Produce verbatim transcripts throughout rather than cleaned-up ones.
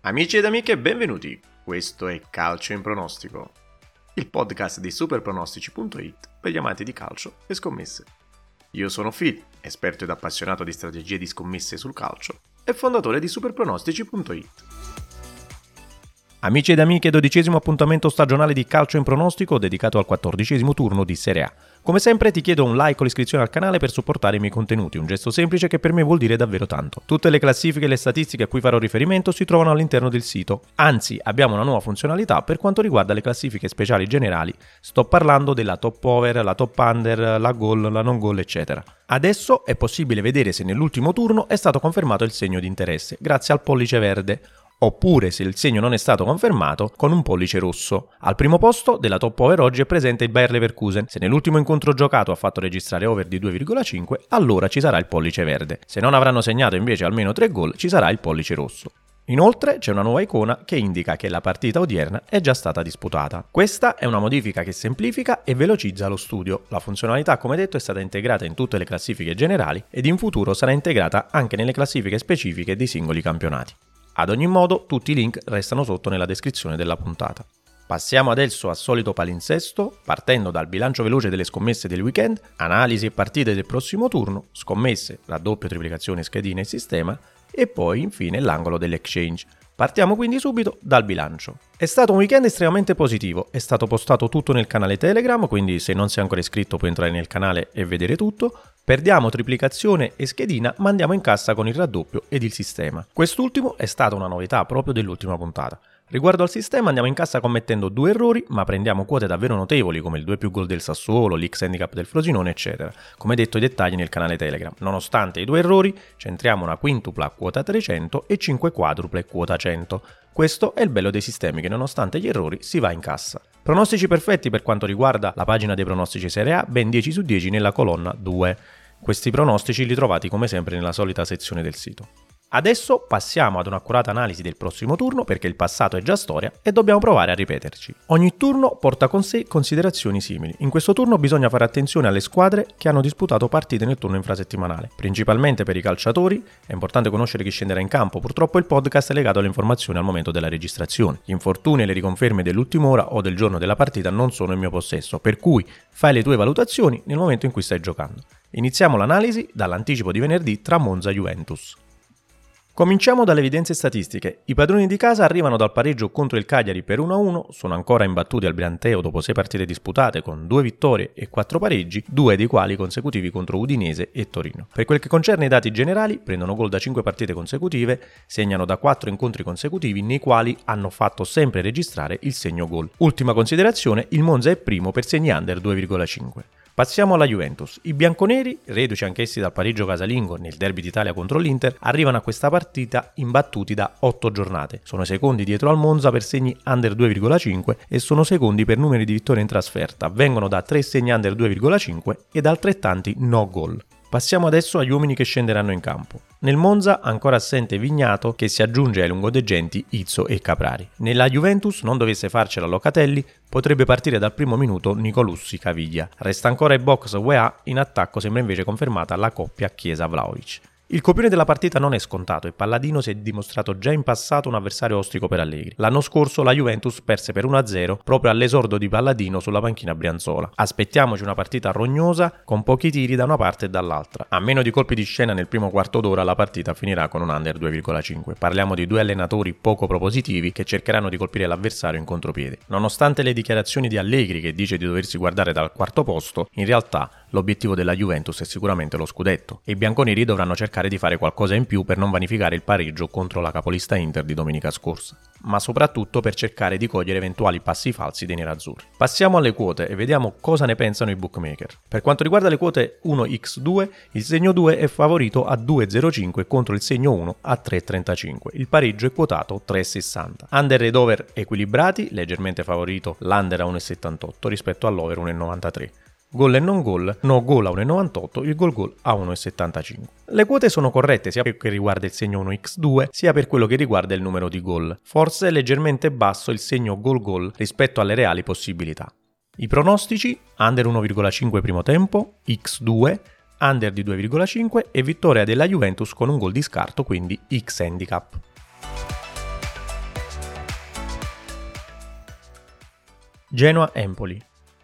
Amici ed amiche, benvenuti. Questo è Calcio in Pronostico, il podcast di superpronostici punto it per gli amanti di calcio e scommesse. Io sono Phil, esperto ed appassionato di strategie di scommesse sul calcio e fondatore di superpronostici punto it. Amici ed amiche, dodicesimo appuntamento stagionale di Calcio in Pronostico dedicato al quattordicesimo turno di Serie A. Come sempre ti chiedo un like o l'iscrizione al canale per supportare i miei contenuti, un gesto semplice che per me vuol dire davvero tanto. Tutte le classifiche e le statistiche a cui farò riferimento si trovano all'interno del sito. Anzi, abbiamo una nuova funzionalità per quanto riguarda le classifiche speciali generali. Sto parlando della top over, la top under, la goal, la non goal, eccetera. Adesso è possibile vedere se nell'ultimo turno è stato confermato il segno di interesse, grazie al pollice verde. Oppure, se il segno non è stato confermato, con un pollice rosso. Al primo posto della top over oggi è presente il Bayer Leverkusen. Se nell'ultimo incontro giocato ha fatto registrare over di due virgola cinque, allora ci sarà il pollice verde. Se non avranno segnato invece almeno tre gol, ci sarà il pollice rosso. Inoltre c'è una nuova icona che indica che la partita odierna è già stata disputata. Questa è una modifica che semplifica e velocizza lo studio. La funzionalità, come detto, è stata integrata in tutte le classifiche generali ed in futuro sarà integrata anche nelle classifiche specifiche dei singoli campionati. Ad ogni modo, tutti i link restano sotto nella descrizione della puntata. Passiamo adesso al solito palinsesto, partendo dal bilancio veloce delle scommesse del weekend, analisi e partite del prossimo turno, scommesse, raddoppio, triplicazione, schedine e sistema, e poi infine l'angolo dell'exchange. Partiamo quindi subito dal bilancio. È stato un weekend estremamente positivo, è stato postato tutto nel canale Telegram, quindi se non sei ancora iscritto puoi entrare nel canale e vedere tutto. Perdiamo triplicazione e schedina, ma andiamo in cassa con il raddoppio ed il sistema. Quest'ultimo è stata una novità proprio dell'ultima puntata. Riguardo al sistema andiamo in cassa commettendo due errori, ma prendiamo quote davvero notevoli come il due più gol del Sassuolo, l'X-Handicap del Frosinone, eccetera. Come detto, i dettagli nel canale Telegram. Nonostante i due errori, centriamo una quintupla quota trecento e cinque quadruple quota cento. Questo è il bello dei sistemi che nonostante gli errori si va in cassa. Pronostici perfetti per quanto riguarda la pagina dei pronostici Serie A, ben dieci su dieci nella colonna due. Questi pronostici li trovate come sempre nella solita sezione del sito. Adesso passiamo ad un'accurata analisi del prossimo turno perché il passato è già storia e dobbiamo provare a ripeterci. Ogni turno porta con sé considerazioni simili. In questo turno bisogna fare attenzione alle squadre che hanno disputato partite nel turno infrasettimanale. Principalmente per i calciatori è importante conoscere chi scenderà in campo. Purtroppo il podcast è legato alle informazioni al momento della registrazione. Gli infortuni e le riconferme dell'ultima ora o del giorno della partita non sono in mio possesso, per cui fai le tue valutazioni nel momento in cui stai giocando. Iniziamo l'analisi dall'anticipo di venerdì tra Monza e Juventus. Cominciamo dalle evidenze statistiche. I padroni di casa arrivano dal pareggio contro il Cagliari per uno a uno, sono ancora imbattuti al Brianteo dopo sei partite disputate con due vittorie e quattro pareggi, due dei quali consecutivi contro Udinese e Torino. Per quel che concerne i dati generali, prendono gol da cinque partite consecutive, segnano da quattro incontri consecutivi nei quali hanno fatto sempre registrare il segno gol. Ultima considerazione, il Monza è primo per segni under due virgola cinque. Passiamo alla Juventus. I bianconeri, reduci anch'essi dal pareggio casalingo nel derby d'Italia contro l'Inter, arrivano a questa partita imbattuti da otto giornate. Sono secondi dietro al Monza per segni under due virgola cinque e sono secondi per numeri di vittorie in trasferta. Vengono da tre segni under due virgola cinque ed altrettanti no goal. Passiamo adesso agli uomini che scenderanno in campo. Nel Monza ancora assente Vignato che si aggiunge ai lungodeggenti Izzo e Caprari. Nella Juventus non dovesse farcela Locatelli, potrebbe partire dal primo minuto Nicolussi Caviglia. Resta ancora il box U E A, in attacco sembra invece confermata la coppia Chiesa-Vlahovic. Il copione della partita non è scontato e Palladino si è dimostrato già in passato un avversario ostico per Allegri. L'anno scorso la Juventus perse per uno a zero proprio all'esordio di Palladino sulla panchina brianzola. Aspettiamoci una partita rognosa con pochi tiri da una parte e dall'altra. A meno di colpi di scena nel primo quarto d'ora la partita finirà con un under due virgola cinque. Parliamo di due allenatori poco propositivi che cercheranno di colpire l'avversario in contropiede. Nonostante le dichiarazioni di Allegri che dice di doversi guardare dal quarto posto, in realtà l'obiettivo della Juventus è sicuramente lo scudetto e i bianconeri dovranno cercare di fare qualcosa in più per non vanificare il pareggio contro la capolista Inter di domenica scorsa, ma soprattutto per cercare di cogliere eventuali passi falsi dei nerazzurri. Passiamo alle quote e vediamo cosa ne pensano i bookmaker. Per quanto riguarda le quote uno per due, il segno due è favorito a due virgola zero cinque contro il segno uno a tre virgola trentacinque. Il pareggio è quotato tre virgola sessanta. Under ed over equilibrati, leggermente favorito l'under a uno virgola settantotto rispetto all'over uno virgola novantatré. Gol e non gol, no gol a uno virgola novantotto, il gol gol a uno virgola settantacinque. Le quote sono corrette sia per quello che riguarda il segno uno per due, sia per quello che riguarda il numero di gol. Forse è leggermente basso il segno gol gol rispetto alle reali possibilità. I pronostici: under uno virgola cinque primo tempo, X due, under di due virgola cinque e vittoria della Juventus con un gol di scarto, quindi X-Handicap. Genoa-Empoli.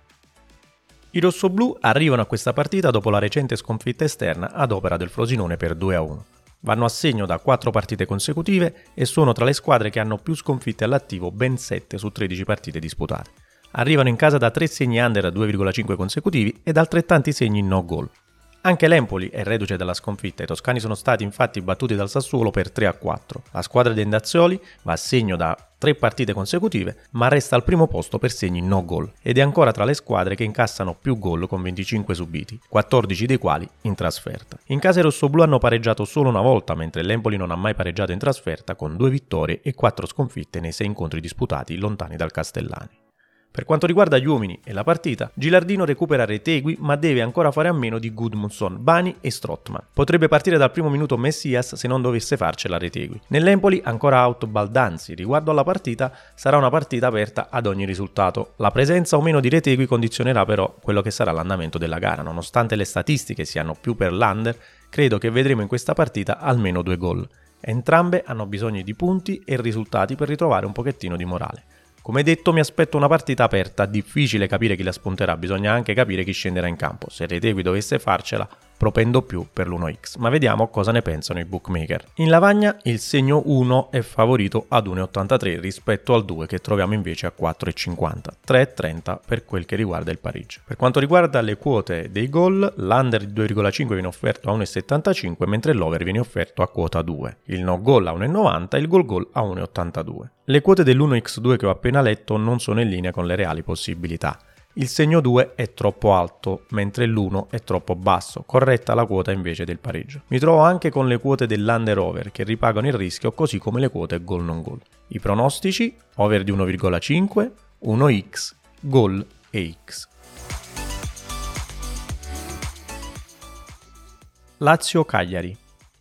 I rossoblù arrivano a questa partita dopo la recente sconfitta esterna ad opera del Frosinone per due a uno. Vanno a segno da quattro partite consecutive e sono tra le squadre che hanno più sconfitte all'attivo, ben sette su tredici partite disputate. Arrivano in casa da tre segni under a due virgola cinque consecutivi ed altrettanti segni no goal. Anche l'Empoli è reduce dalla sconfitta, i toscani sono stati infatti battuti dal Sassuolo per tre a quattro. La squadra dei Endazioli va a segno da tre partite consecutive, ma resta al primo posto per segni no goal ed è ancora tra le squadre che incassano più gol con venticinque subiti, quattordici dei quali in trasferta. In casa i rossoblù hanno pareggiato solo una volta, mentre l'Empoli non ha mai pareggiato in trasferta, con due vittorie e quattro sconfitte nei sei incontri disputati lontani dal Castellani. Per quanto riguarda gli uomini e la partita, Gilardino recupera Retegui ma deve ancora fare a meno di Gudmundsson, Bani e Strootman. Potrebbe partire dal primo minuto Messias se non dovesse farcela Retegui. Nell'Empoli ancora out Baldanzi, riguardo alla partita sarà una partita aperta ad ogni risultato. La presenza o meno di Retegui condizionerà però quello che sarà l'andamento della gara. Nonostante le statistiche siano più per l'under, credo che vedremo in questa partita almeno due gol. Entrambe hanno bisogno di punti e risultati per ritrovare un pochettino di morale. Come detto, mi aspetto una partita aperta, difficile capire chi la spunterà, bisogna anche capire chi scenderà in campo. Se Retegui dovesse farcela, propendo più per l'uno x, ma vediamo cosa ne pensano i bookmaker. In lavagna il segno uno è favorito ad uno virgola ottantatré rispetto al due che troviamo invece a quattro virgola cinquanta, tre virgola trenta per quel che riguarda il pareggio. Per quanto riguarda le quote dei gol, l'under di due virgola cinque viene offerto a uno virgola settantacinque mentre l'over viene offerto a quota due, il no goal a uno virgola novanta e il gol gol a uno virgola ottantadue. Le quote dell'uno x due che ho appena letto non sono in linea con le reali possibilità. Il segno due è troppo alto, mentre l'uno è troppo basso, corretta la quota invece del pareggio. Mi trovo anche con le quote dell'under-over che ripagano il rischio, così come le quote gol non gol. I pronostici, over di uno virgola cinque, uno x, gol e x. Lazio-Cagliari.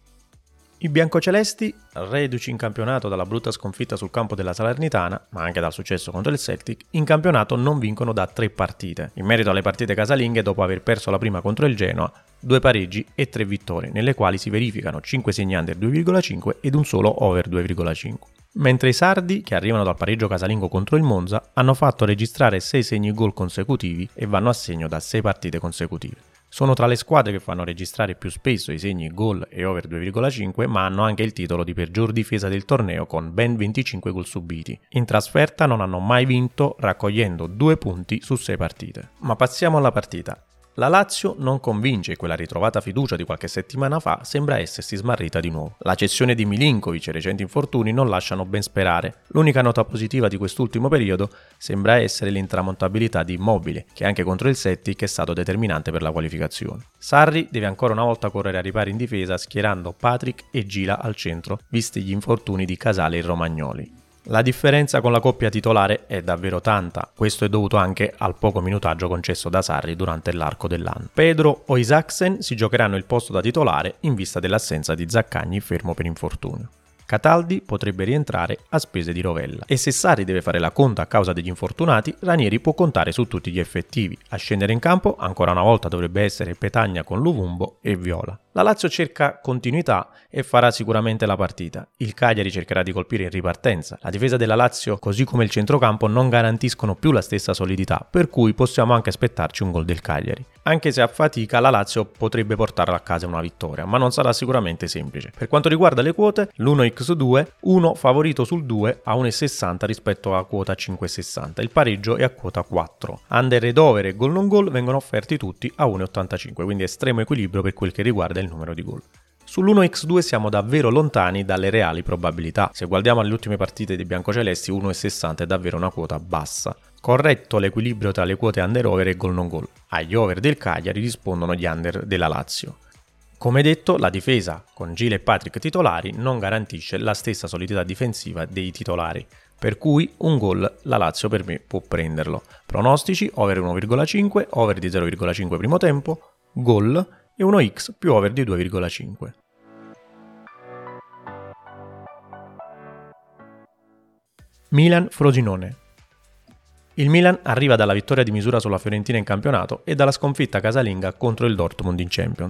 I biancocelesti, reduci in campionato dalla brutta sconfitta sul campo della Salernitana, ma anche dal successo contro il Celtic, in campionato non vincono da tre partite. In merito alle partite casalinghe, dopo aver perso la prima contro il Genoa, due pareggi e tre vittorie, nelle quali si verificano cinque segni under due virgola cinque ed un solo over due virgola cinque. Mentre i sardi, che arrivano dal pareggio casalingo contro il Monza, hanno fatto registrare sei segni gol consecutivi e vanno a segno da sei partite consecutive. Sono tra le squadre che fanno registrare più spesso i segni gol e over due virgola cinque, ma hanno anche il titolo di peggior difesa del torneo con ben venticinque gol subiti. In trasferta non hanno mai vinto, raccogliendo due punti su sei partite. Ma passiamo alla partita. La Lazio non convince e quella ritrovata fiducia di qualche settimana fa sembra essersi smarrita di nuovo. La cessione di Milinkovic e i recenti infortuni non lasciano ben sperare. L'unica nota positiva di quest'ultimo periodo sembra essere l'intramontabilità di Immobile, che anche contro il Celtic è stato determinante per la qualificazione. Sarri deve ancora una volta correre a ripari in difesa schierando Patrick e Gila al centro, visti gli infortuni di Casale e Romagnoli. La differenza con la coppia titolare è davvero tanta, questo è dovuto anche al poco minutaggio concesso da Sarri durante l'arco dell'anno. Pedro o Isaksen si giocheranno il posto da titolare in vista dell'assenza di Zaccagni fermo per infortunio. Cataldi potrebbe rientrare a spese di Rovella e se Sarri deve fare la conta a causa degli infortunati, Ranieri può contare su tutti gli effettivi. A scendere in campo ancora una volta dovrebbe essere Petagna con Luvumbo e Viola. La Lazio cerca continuità e farà sicuramente la partita. Il Cagliari cercherà di colpire in ripartenza. La difesa della Lazio, così come il centrocampo, non garantiscono più la stessa solidità, per cui possiamo anche aspettarci un gol del Cagliari. Anche se a fatica la Lazio potrebbe portare a casa una vittoria, ma non sarà sicuramente semplice. Per quanto riguarda le quote, l'uno x due, uno favorito sul due a uno virgola sessanta rispetto a quota cinque virgola sessanta. Il pareggio è a quota quattro. Under ed over e gol non gol vengono offerti tutti a uno virgola ottantacinque, quindi estremo equilibrio per quel che riguarda il numero di gol. Sull'uno x due siamo davvero lontani dalle reali probabilità. Se guardiamo alle ultime partite dei biancocelesti, uno virgola sessanta è davvero una quota bassa. Corretto l'equilibrio tra le quote under-over e gol non gol. Agli over del Cagliari rispondono gli under della Lazio. Come detto, la difesa con Gila e Patrick titolari non garantisce la stessa solidità difensiva dei titolari, per cui un gol la Lazio per me può prenderlo. Pronostici: over uno virgola cinque, over di zero virgola cinque primo tempo, gol e uno x più over di due virgola cinque. Milan-Frosinone. Il Milan arriva dalla vittoria di misura sulla Fiorentina in campionato e dalla sconfitta casalinga contro il Dortmund in Champions.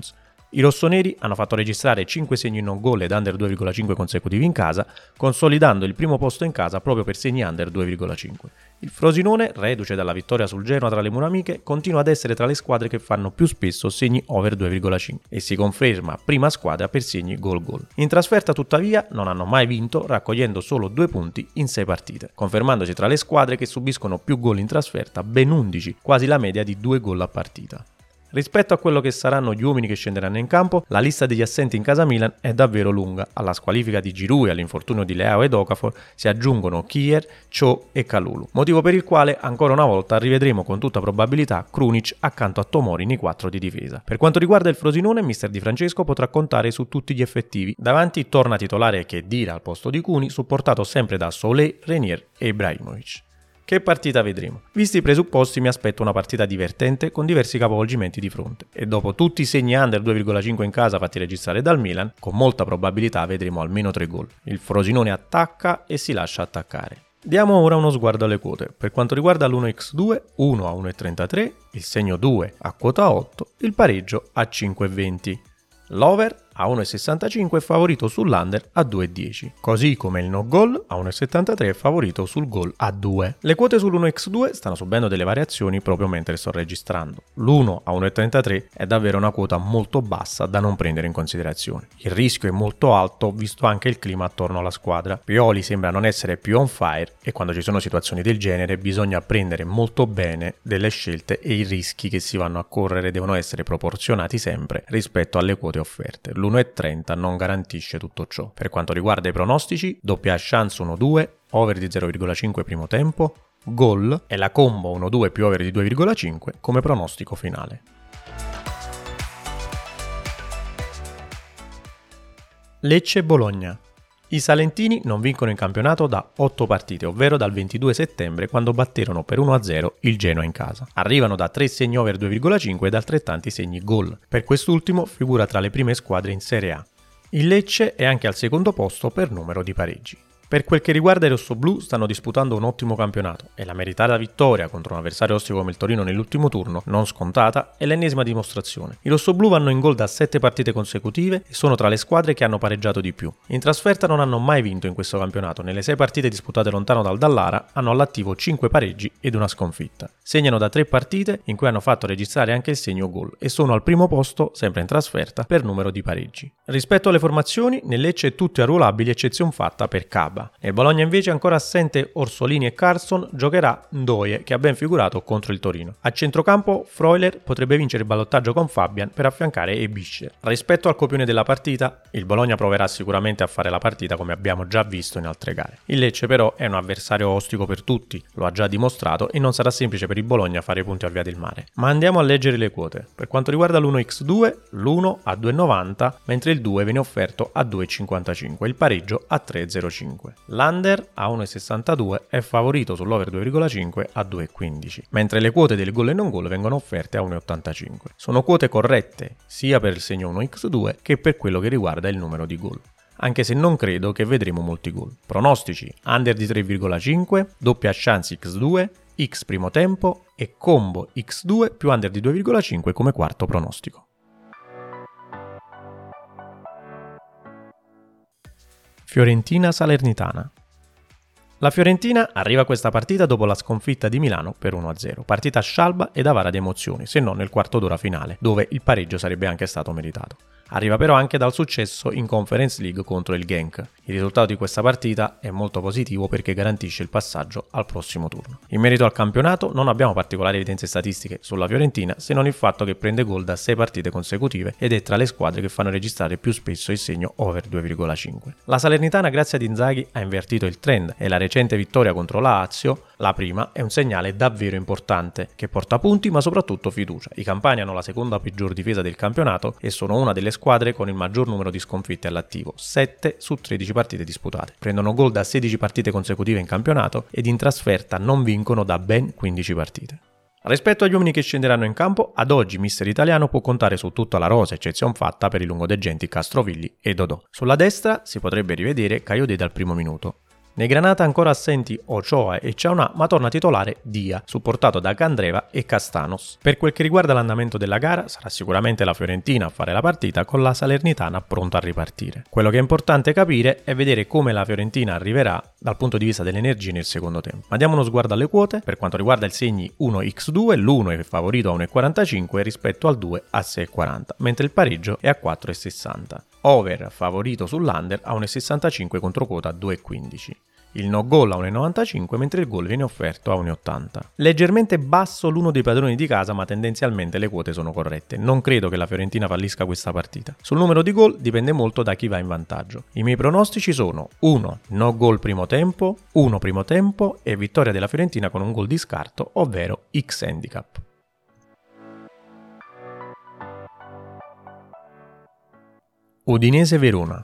I rossoneri hanno fatto registrare cinque segni non gol ed under due virgola cinque consecutivi in casa, consolidando il primo posto in casa proprio per segni under due virgola cinque. Il Frosinone, reduce dalla vittoria sul Genoa tra le mura amiche, continua ad essere tra le squadre che fanno più spesso segni over due virgola cinque e si conferma prima squadra per segni gol-gol. In trasferta tuttavia non hanno mai vinto, raccogliendo solo due punti in sei partite, confermandosi tra le squadre che subiscono più gol in trasferta, ben undici, quasi la media di due gol a partita. Rispetto a quello che saranno gli uomini che scenderanno in campo, la lista degli assenti in casa Milan è davvero lunga. Alla squalifica di Giroud e all'infortunio di Leao ed Okafor si aggiungono Kier, Cho e Kalulu, motivo per il quale ancora una volta rivedremo con tutta probabilità Krunic accanto a Tomori nei quattro di difesa. Per quanto riguarda il Frosinone, mister Di Francesco potrà contare su tutti gli effettivi. Davanti torna titolare Khedira al posto di Cuni, supportato sempre da Solé, Renier e Ibrahimovic. Che partita vedremo? Visti i presupposti mi aspetto una partita divertente con diversi capovolgimenti di fronte e dopo tutti i segni under due virgola cinque in casa fatti registrare dal Milan, con molta probabilità vedremo almeno tre gol. Il Frosinone attacca e si lascia attaccare. Diamo ora uno sguardo alle quote. Per quanto riguarda l'uno virgola due, uno a uno virgola trentatré, il segno due a quota otto, il pareggio a cinque virgola venti. L'over a uno virgola sessantacinque è favorito sull'under a due virgola dieci, così come il no goal a uno virgola settantatré è favorito sul gol a due. Le quote sull'uno virgola due stanno subendo delle variazioni proprio mentre sto registrando. L'uno a uno virgola trentatré è davvero una quota molto bassa da non prendere in considerazione. Il rischio è molto alto visto anche il clima attorno alla squadra. Pioli sembra non essere più on fire e quando ci sono situazioni del genere bisogna prendere molto bene delle scelte e i rischi che si vanno a correre devono essere proporzionati sempre rispetto alle quote offerte. l'uno virgola trenta non garantisce tutto ciò. Per quanto riguarda i pronostici, doppia chance uno due, over di zero virgola cinque primo tempo, gol e la combo uno due più over di due virgola cinque come pronostico finale. Lecce-Bologna. I salentini non vincono in campionato da otto partite, ovvero dal ventidue settembre quando batterono per uno a zero il Genoa in casa. Arrivano da tre segni over due virgola cinque ed altrettanti segni gol. Per quest'ultimo figura tra le prime squadre in Serie A. Il Lecce è anche al secondo posto per numero di pareggi. Per quel che riguarda i rossoblù stanno disputando un ottimo campionato e la meritata vittoria contro un avversario ostico come il Torino nell'ultimo turno, non scontata, è l'ennesima dimostrazione. I rossoblù vanno in gol da sette partite consecutive e sono tra le squadre che hanno pareggiato di più. In trasferta non hanno mai vinto in questo campionato, nelle sei partite disputate lontano dal Dallara hanno all'attivo cinque pareggi ed una sconfitta. Segnano da tre partite in cui hanno fatto registrare anche il segno gol e sono al primo posto, sempre in trasferta, per numero di pareggi. Rispetto alle formazioni, nel Lecce tutti arruolabili eccezione fatta per Caba. Nel Bologna invece ancora assente Orsolini e Carlson giocherà Ndoye che ha ben figurato contro il Torino. A centrocampo Freuler potrebbe vincere il ballottaggio con Fabian per affiancare Ebischer. Rispetto al copione della partita, il Bologna proverà sicuramente a fare la partita come abbiamo già visto in altre gare. Il Lecce però è un avversario ostico per tutti, lo ha già dimostrato e non sarà semplice per il Bologna fare punti a Via del Mare. Ma andiamo a leggere le quote. Per quanto riguarda l'uno virgola due, l'uno a due virgola novanta, mentre il due viene offerto a due virgola cinquantacinque, il pareggio a tre virgola zero cinque. L'under a uno virgola sessantadue è favorito sull'over due virgola cinque a due virgola quindici, mentre le quote del gol e non gol vengono offerte a uno virgola ottantacinque. Sono quote corrette sia per il segno uno virgola due che per quello che riguarda il numero di gol, anche se non credo che vedremo molti gol. Pronostici: under di tre virgola cinque, doppia chance ics due, X primo tempo e combo ics due più under di due virgola cinque come quarto pronostico. Fiorentina-Salernitana. La Fiorentina arriva a questa partita dopo la sconfitta di Milano per uno a zero, partita scialba ed avara di emozioni, se non nel quarto d'ora finale, dove il pareggio sarebbe anche stato meritato. Arriva però anche dal successo in Conference League contro il Genk. Il risultato di questa partita è molto positivo perché garantisce il passaggio al prossimo turno. In merito al campionato non abbiamo particolari evidenze statistiche sulla Fiorentina, se non il fatto che prende gol da sei partite consecutive ed è tra le squadre che fanno registrare più spesso il segno over due virgola cinque. La Salernitana grazie ad Inzaghi ha invertito il trend e la recente vittoria contro la Lazio, la prima, è un segnale davvero importante che porta punti ma soprattutto fiducia. I campani hanno la seconda peggior difesa del campionato e sono una delle squadre con il maggior numero di sconfitte all'attivo, sette su tredici partite disputate. Prendono gol da sedici partite consecutive in campionato ed in trasferta non vincono da ben quindici partite. Rispetto agli uomini che scenderanno in campo, ad oggi mister italiano può contare su tutta la rosa, eccezione fatta per i lungodeggenti Castrovilli e Dodò. Sulla destra si potrebbe rivedere Kayode dal primo minuto. Nei Granata ancora assenti Ochoa e Ciaunà, ma torna titolare Dia, supportato da Candreva e Castanos. Per quel che riguarda l'andamento della gara, sarà sicuramente la Fiorentina a fare la partita con la Salernitana pronta a ripartire. Quello che è importante capire è vedere come la Fiorentina arriverà dal punto di vista delle energie nel secondo tempo. Ma diamo uno sguardo alle quote. Per quanto riguarda il segni uno per due, l'uno è favorito a uno virgola quarantacinque rispetto al due a sei virgola quaranta, mentre il pareggio è a quattro virgola sessanta. Over favorito sull'under a uno virgola sessantacinque contro quota due virgola quindici. Il no goal a uno virgola novantacinque mentre il gol viene offerto a uno virgola ottanta. Leggermente basso l'uno dei padroni di casa, ma tendenzialmente le quote sono corrette. Non credo che la Fiorentina fallisca questa partita. Sul numero di gol dipende molto da chi va in vantaggio. I miei pronostici sono uno no goal primo tempo, uno primo tempo e vittoria della Fiorentina con un gol di scarto, ovvero X handicap. Udinese-Verona.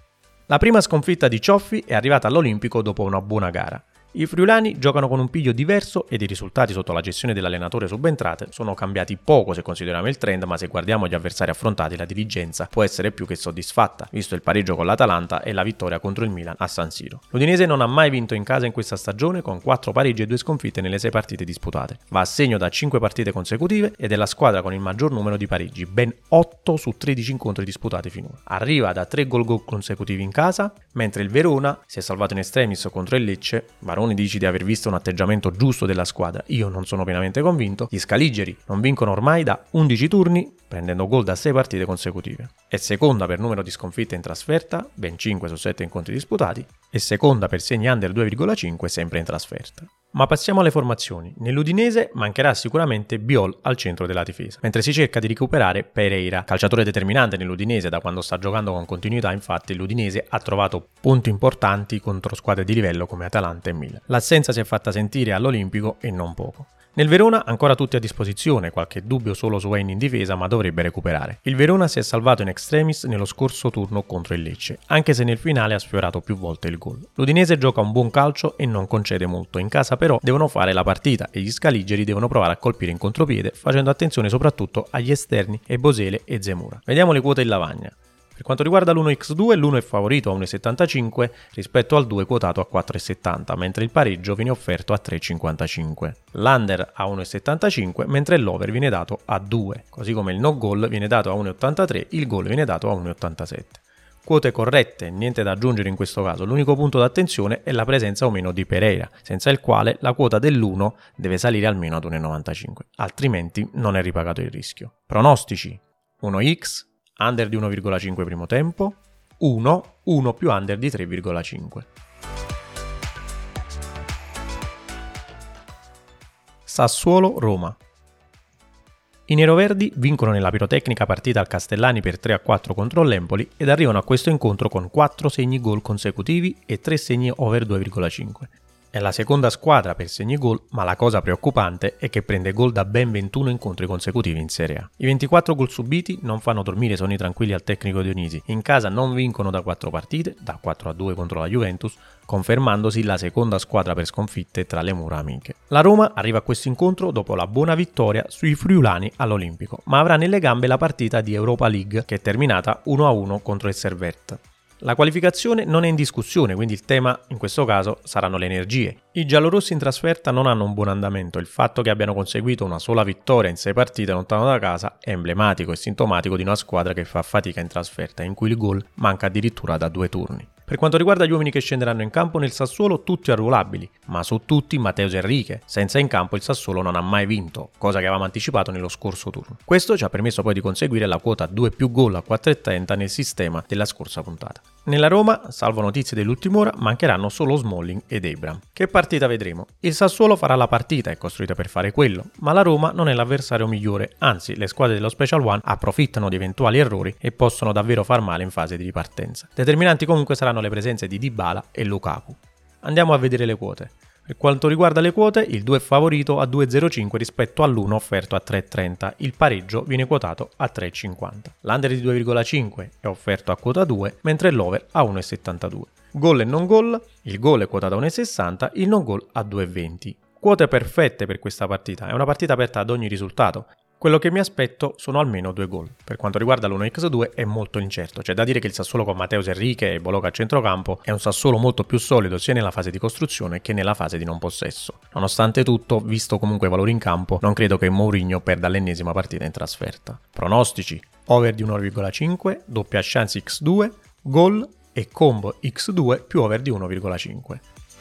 La prima sconfitta di Cioffi è arrivata all'Olimpico dopo una buona gara. I friulani giocano con un piglio diverso ed i risultati sotto la gestione dell'allenatore subentrate sono cambiati poco se consideriamo il trend, ma se guardiamo gli avversari affrontati la dirigenza può essere più che soddisfatta, visto il pareggio con l'Atalanta e la vittoria contro il Milan a San Siro. L'Udinese non ha mai vinto in casa in questa stagione, con quattro pareggi e due sconfitte nelle sei partite disputate. Va a segno da cinque partite consecutive ed è la squadra con il maggior numero di pareggi, ben otto su tredici incontri disputati finora. Arriva da tre gol gol consecutivi in casa, mentre il Verona si è salvato in extremis contro il Lecce. Varone dici di aver visto un atteggiamento giusto della squadra, io non sono pienamente convinto. Gli scaligeri non vincono ormai da undici turni, prendendo gol da sei partite consecutive. È seconda per numero di sconfitte in trasferta, ben cinque su sette incontri disputati, e seconda per segni under due virgola cinque sempre in trasferta. Ma passiamo alle formazioni. Nell'Udinese mancherà sicuramente Biol al centro della difesa, mentre si cerca di recuperare Pereira, calciatore determinante nell'Udinese da quando sta giocando con continuità. Infatti l'Udinese ha trovato punti importanti contro squadre di livello come Atalanta e Milan. L'assenza si è fatta sentire all'Olimpico e non poco. Nel Verona ancora tutti a disposizione, qualche dubbio solo su Wayne in difesa, ma dovrebbe recuperare. Il Verona si è salvato in extremis nello scorso turno contro il Lecce, anche se nel finale ha sfiorato più volte il gol. L'Udinese gioca un buon calcio e non concede molto, in casa però devono fare la partita e gli scaligeri devono provare a colpire in contropiede, facendo attenzione soprattutto agli esterni e Bosele e Zemura. Vediamo le quote in lavagna. Per quanto riguarda l'uno per due, l'uno è favorito a uno virgola settantacinque rispetto al due quotato a quattro virgola settanta, mentre il pareggio viene offerto a tre virgola cinquantacinque. L'under a uno virgola settantacinque, mentre l'over viene dato a due, così come il no goal viene dato a uno virgola ottantatré, il gol viene dato a uno virgola ottantasette. Quote corrette, niente da aggiungere in questo caso, l'unico punto d'attenzione è la presenza o meno di Pereira, senza il quale la quota dell'uno deve salire almeno ad uno virgola novantacinque, altrimenti non è ripagato il rischio. Pronostici: uno x, under di uno virgola cinque primo tempo, uno, uno più under di tre virgola cinque. Sassuolo-Roma. I neroverdi vincono nella pirotecnica partita al Castellani per tre a quattro contro l'Empoli ed arrivano a questo incontro con quattro segni gol consecutivi e tre segni over due virgola cinque. È la seconda squadra per segni gol, ma la cosa preoccupante è che prende gol da ben ventuno incontri consecutivi in Serie A. I ventiquattro gol subiti non fanno dormire sonni tranquilli al tecnico Dionisi. In casa non vincono da quattro partite, da quattro a due contro la Juventus, confermandosi la seconda squadra per sconfitte tra le mura amiche. La Roma arriva a questo incontro dopo la buona vittoria sui friulani all'Olimpico, ma avrà nelle gambe la partita di Europa League che è terminata uno a uno contro il Servette. La qualificazione non è in discussione, quindi il tema in questo caso saranno le energie. I giallorossi in trasferta non hanno un buon andamento, il fatto che abbiano conseguito una sola vittoria in sei partite lontano da casa è emblematico e sintomatico di una squadra che fa fatica in trasferta, in cui il gol manca addirittura da due turni. Per quanto riguarda gli uomini che scenderanno in campo nel Sassuolo, tutti arruolabili, ma su tutti Matheus Enrique. Senza in campo il Sassuolo non ha mai vinto, cosa che avevamo anticipato nello scorso turno. Questo ci ha permesso poi di conseguire la quota due più gol a quattro virgola trenta nel sistema della scorsa puntata. Nella Roma, salvo notizie dell'ultima ora, mancheranno solo Smalling ed Abraham. Che partita vedremo? Il Sassuolo farà la partita, è costruita per fare quello, ma la Roma non è l'avversario migliore, anzi le squadre dello Special One approfittano di eventuali errori e possono davvero far male in fase di ripartenza. Determinanti comunque saranno le presenze di Dybala e Lukaku. Andiamo a vedere le quote. Per quanto riguarda le quote, il due è favorito a due virgola zero cinque rispetto all'uno offerto a tre virgola trenta, il pareggio viene quotato a tre virgola cinquanta. L'under di due virgola cinque è offerto a quota due, mentre l'over a uno virgola settantadue. Gol e non gol, il gol è quotato a uno virgola sessanta, il non gol a due virgola venti. Quote perfette per questa partita, è una partita aperta ad ogni risultato. Quello che mi aspetto sono almeno due gol. Per quanto riguarda l'uno a due è molto incerto, c'è da dire che il Sassuolo con Mateus Enrique e Bologa a centrocampo è un Sassuolo molto più solido sia nella fase di costruzione che nella fase di non possesso. Nonostante tutto, visto comunque i valori in campo, non credo che Mourinho perda l'ennesima partita in trasferta. Pronostici: over di uno virgola cinque, doppia chance X due, gol e combo X due più over di uno virgola cinque.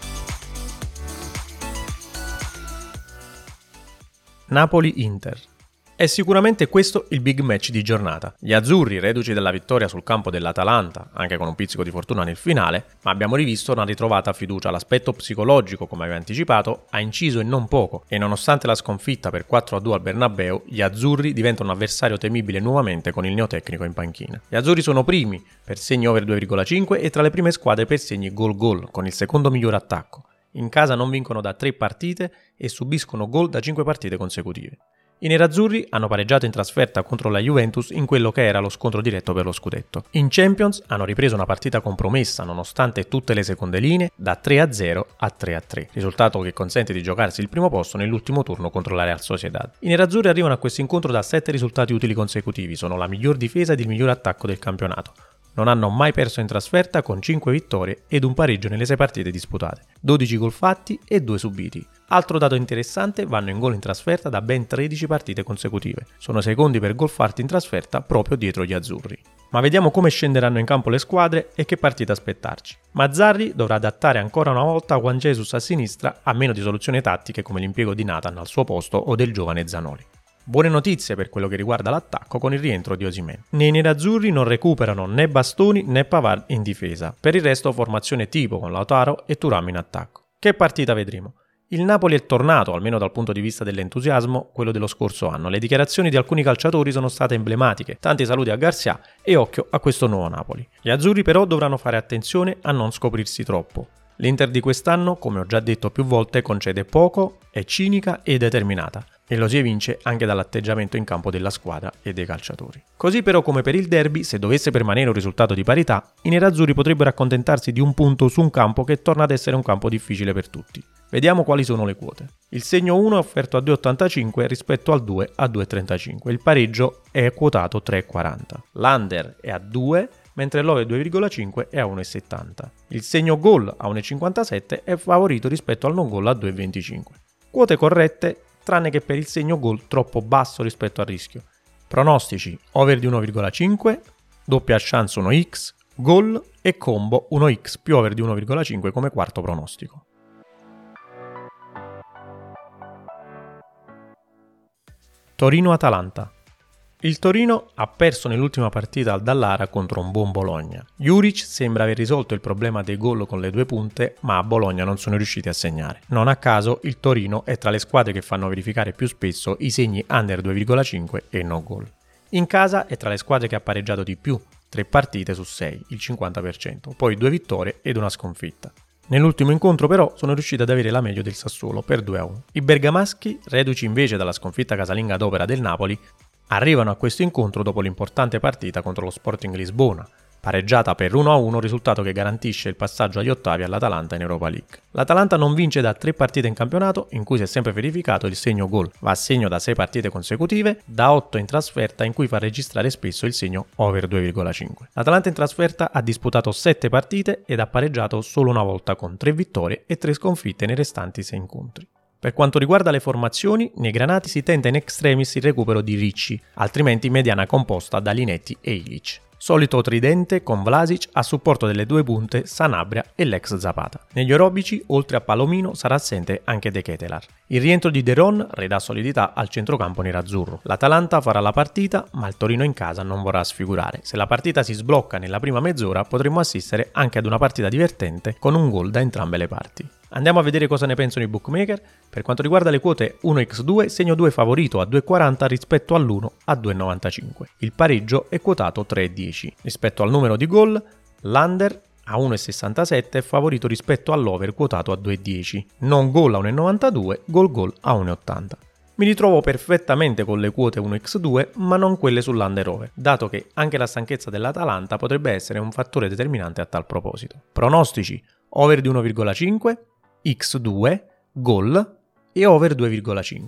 Napoli-Inter. È sicuramente questo il big match di giornata. Gli azzurri, reduci dalla vittoria sul campo dell'Atalanta, anche con un pizzico di fortuna nel finale, ma abbiamo rivisto una ritrovata fiducia. L'aspetto psicologico, come avevo anticipato, ha inciso e non poco, e nonostante la sconfitta per quattro a due al Bernabeu, gli azzurri diventano un avversario temibile nuovamente con il neotecnico in panchina. Gli azzurri sono primi per segni over due virgola cinque e tra le prime squadre per segni gol-gol, con il secondo miglior attacco. In casa non vincono da tre partite e subiscono gol da cinque partite consecutive. I nerazzurri hanno pareggiato in trasferta contro la Juventus in quello che era lo scontro diretto per lo scudetto. In Champions hanno ripreso una partita compromessa nonostante tutte le seconde linee da tre a zero a tre a tre, risultato che consente di giocarsi il primo posto nell'ultimo turno contro la Real Sociedad. I nerazzurri arrivano a questo incontro da sette risultati utili consecutivi, sono la miglior difesa ed il miglior attacco del campionato. Non hanno mai perso in trasferta con cinque vittorie ed un pareggio nelle sei partite disputate, dodici gol fatti e due subiti. Altro dato interessante, vanno in gol in trasferta da ben tredici partite consecutive. Sono secondi per gol fatti in trasferta proprio dietro gli azzurri. Ma vediamo come scenderanno in campo le squadre e che partita aspettarci. Mazzarri dovrà adattare ancora una volta Juan Jesus a sinistra, a meno di soluzioni tattiche come l'impiego di Nathan al suo posto o del giovane Zanoli. Buone notizie per quello che riguarda l'attacco con il rientro di Osimhen. Nei nerazzurri non recuperano né Bastoni né Pavard in difesa. Per il resto formazione tipo con Lautaro e Thuram in attacco. Che partita vedremo? Il Napoli è tornato, almeno dal punto di vista dell'entusiasmo, quello dello scorso anno. Le dichiarazioni di alcuni calciatori sono state emblematiche. Tanti saluti a Garcia e occhio a questo nuovo Napoli. Gli azzurri però dovranno fare attenzione a non scoprirsi troppo. L'Inter di quest'anno, come ho già detto più volte, concede poco, è cinica e determinata. E lo si evince anche dall'atteggiamento in campo della squadra e dei calciatori. Così però come per il derby, se dovesse permanere un risultato di parità, i nerazzurri potrebbero accontentarsi di un punto su un campo che torna ad essere un campo difficile per tutti. Vediamo quali sono le quote. Il segno uno è offerto a due virgola ottantacinque rispetto al due a due virgola trentacinque, il pareggio è quotato tre virgola quaranta. L'under è a due, mentre l'over due virgola cinque è a uno virgola settanta. Il segno gol a uno virgola cinquantasette è favorito rispetto al non gol a due virgola venticinque. Quote corrette, tranne che per il segno gol troppo basso rispetto al rischio. Pronostici: over di uno virgola cinque, doppia chance uno x, gol e combo uno x più over di uno virgola cinque come quarto pronostico. Torino-Atalanta. Il Torino ha perso nell'ultima partita al Dallara contro un buon Bologna. Juric sembra aver risolto il problema dei gol con le due punte, ma a Bologna non sono riusciti a segnare. Non a caso il Torino è tra le squadre che fanno verificare più spesso i segni under due virgola cinque e no gol. In casa è tra le squadre che ha pareggiato di più, tre partite su sei, il cinquanta per cento, poi due vittorie ed una sconfitta. Nell'ultimo incontro però sono riusciti ad avere la meglio del Sassuolo per due a uno. I bergamaschi, reduci invece dalla sconfitta casalinga ad opera del Napoli, arrivano a questo incontro dopo l'importante partita contro lo Sporting Lisbona, pareggiata per uno a uno, risultato che garantisce il passaggio agli ottavi all'Atalanta in Europa League. L'Atalanta non vince da tre partite in campionato, in cui si è sempre verificato il segno gol, va a segno da sei partite consecutive, da otto in trasferta, in cui fa registrare spesso il segno over due virgola cinque. L'Atalanta in trasferta ha disputato sette partite ed ha pareggiato solo una volta, con tre vittorie e tre sconfitte nei restanti sei incontri. Per quanto riguarda le formazioni, nei granati si tenta in extremis il recupero di Ricci, altrimenti mediana composta da Linetti e Ilic. Solito tridente con Vlasic a supporto delle due punte Sanabria e l'ex Zapata. Negli orobici, oltre a Palomino, sarà assente anche De Ketelaar. Il rientro di De Ron ridà solidità al centrocampo nerazzurro. L'Atalanta farà la partita, ma il Torino in casa non vorrà sfigurare. Se la partita si sblocca nella prima mezz'ora, potremmo assistere anche ad una partita divertente con un gol da entrambe le parti. Andiamo a vedere cosa ne pensano i bookmaker. Per quanto riguarda le quote uno a due, segno due favorito a due virgola quaranta rispetto all'uno a due virgola novantacinque. Il pareggio è quotato tre virgola dieci. Rispetto al numero di gol, l'under a uno virgola sessantasette è favorito rispetto all'over quotato a due virgola dieci. Non gol a uno virgola novantadue, gol gol a uno virgola ottanta. Mi ritrovo perfettamente con le quote uno a due, ma non quelle sull'under over, dato che anche la stanchezza dell'Atalanta potrebbe essere un fattore determinante a tal proposito. Pronostici: over di uno virgola cinque, x due, gol e over due virgola cinque.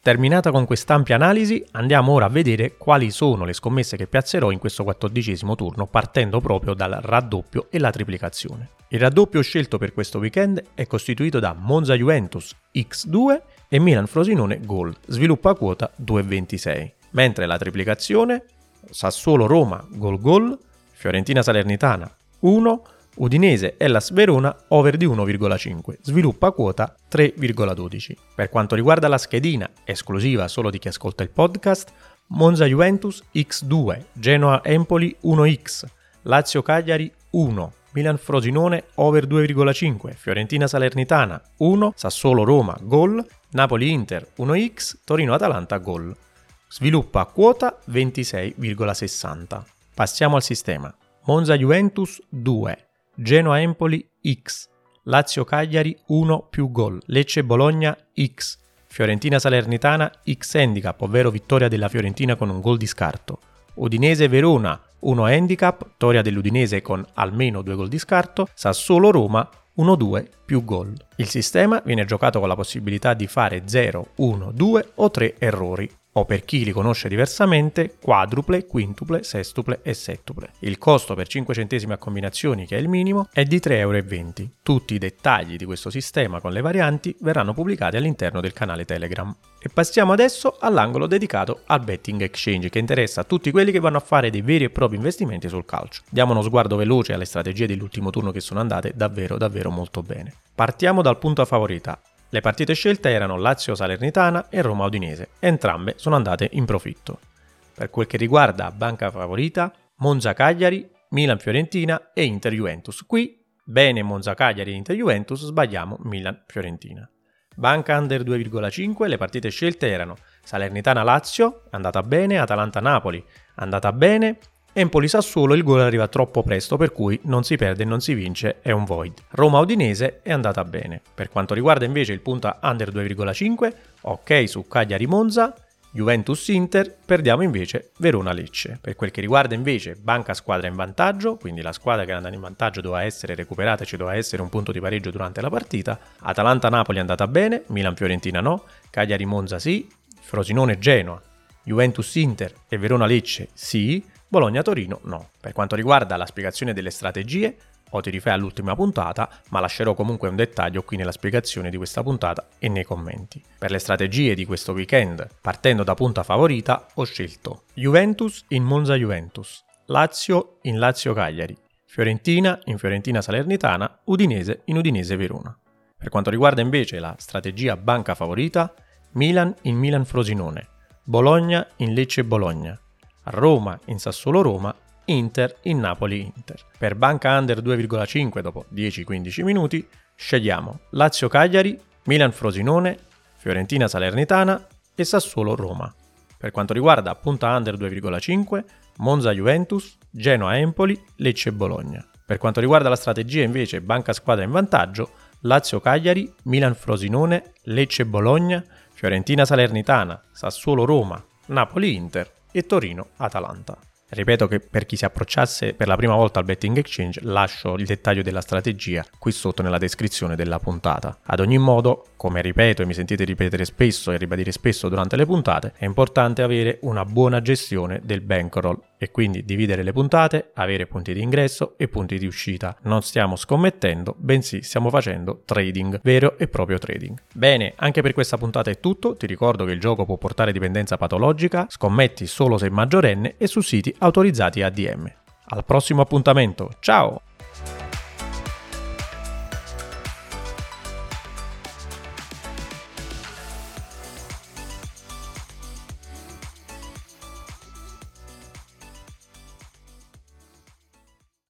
Terminata con quest'ampia analisi, andiamo ora a vedere quali sono le scommesse che piazzerò in questo quattordicesimo turno, partendo proprio dal raddoppio e la triplicazione. Il raddoppio scelto per questo weekend è costituito da Monza Juventus X due e Milan Frosinone Gol, sviluppo a quota due virgola ventisei, mentre la triplicazione Sassuolo Roma Gol Gol, Fiorentina Salernitana uno, Udinese Hellas Verona over di uno virgola cinque, sviluppo a quota tre virgola dodici. Per quanto riguarda la schedina, esclusiva solo di chi ascolta il podcast, Monza Juventus X due, Genoa Empoli uno x, Lazio Cagliari uno, Milan Frosinone over due virgola cinque, Fiorentina Salernitana uno, Sassuolo Roma Gol, Napoli Inter uno x, Torino Atalanta Gol. Sviluppo a quota ventisei virgola sessanta. Passiamo al sistema. Monza Juventus due, Genoa Empoli X, Lazio Cagliari uno più gol, Lecce Bologna X, Fiorentina Salernitana X handicap, ovvero vittoria della Fiorentina con un gol di scarto, Udinese Verona uno handicap, vittoria dell'Udinese con almeno due gol di scarto, Sassuolo Roma uno due più gol. Il sistema viene giocato con la possibilità di fare zero, uno, due o tre errori, o per chi li conosce diversamente, quadruple, quintuple, sestuple e settuple. Il costo per cinque centesimi a combinazioni, che è il minimo, è di tre virgola venti euro. Tutti i dettagli di questo sistema con le varianti verranno pubblicati all'interno del canale Telegram. E passiamo adesso all'angolo dedicato al betting exchange, che interessa a tutti quelli che vanno a fare dei veri e propri investimenti sul calcio. Diamo uno sguardo veloce alle strategie dell'ultimo turno che sono andate davvero davvero molto bene. Partiamo dal punto a favorita. Le partite scelte erano Lazio Salernitana e Roma Udinese, entrambe sono andate in profitto. Per quel che riguarda banca favorita, Monza Cagliari, Milan Fiorentina e Inter Juventus. Qui bene Monza Cagliari e Inter Juventus, sbagliamo Milan Fiorentina. Banca under due virgola cinque, le partite scelte erano Salernitana Lazio, andata bene, Atalanta Napoli, andata bene, Empoli Sassuolo, il gol arriva troppo presto, per cui non si perde e non si vince, è un void. Roma Udinese è andata bene. Per quanto riguarda invece il punto under due virgola cinque, ok su Cagliari Monza, Juventus Inter, perdiamo invece Verona Lecce. Per quel che riguarda invece banca squadra in vantaggio, quindi la squadra che era andata in vantaggio doveva essere recuperata e ci doveva essere un punto di pareggio durante la partita, Atalanta Napoli è andata bene, Milan Fiorentina no, Cagliari Monza sì, Frosinone Genoa, Juventus Inter e Verona Lecce sì, Bologna-Torino no. Per quanto riguarda la spiegazione delle strategie, o ti rifai all'ultima puntata, ma lascerò comunque un dettaglio qui nella spiegazione di questa puntata e nei commenti. Per le strategie di questo weekend, partendo da punta favorita, ho scelto Juventus in Monza Juventus, Lazio in Lazio Cagliari, Fiorentina in Fiorentina Salernitana, Udinese in Udinese Verona. Per quanto riguarda invece la strategia banca favorita, Milan in Milan Frosinone, Bologna in Lecce Bologna, Roma in Sassuolo Roma, Inter in Napoli Inter. Per banca under due virgola cinque dopo dieci quindici minuti scegliamo Lazio Cagliari, Milan Frosinone, Fiorentina Salernitana e Sassuolo Roma. Per quanto riguarda punta under due virgola cinque, Monza Juventus, Genoa Empoli, Lecce Bologna. Per quanto riguarda la strategia invece banca squadra in vantaggio, Lazio Cagliari, Milan Frosinone, Lecce Bologna, Fiorentina Salernitana, Sassuolo Roma, Napoli Inter e Torino Atalanta. Ripeto che per chi si approcciasse per la prima volta al betting exchange lascio il dettaglio della strategia qui sotto nella descrizione della puntata. Ad ogni modo, come ripeto e mi sentite ripetere spesso e ribadire spesso durante le puntate, è importante avere una buona gestione del bankroll e quindi dividere le puntate, avere punti di ingresso e punti di uscita. Non stiamo scommettendo, bensì stiamo facendo trading, vero e proprio trading. Bene, anche per questa puntata è tutto. Ti ricordo che il gioco può portare dipendenza patologica, scommetti solo se maggiorenne e su siti autorizzati A D M. Al prossimo appuntamento, ciao!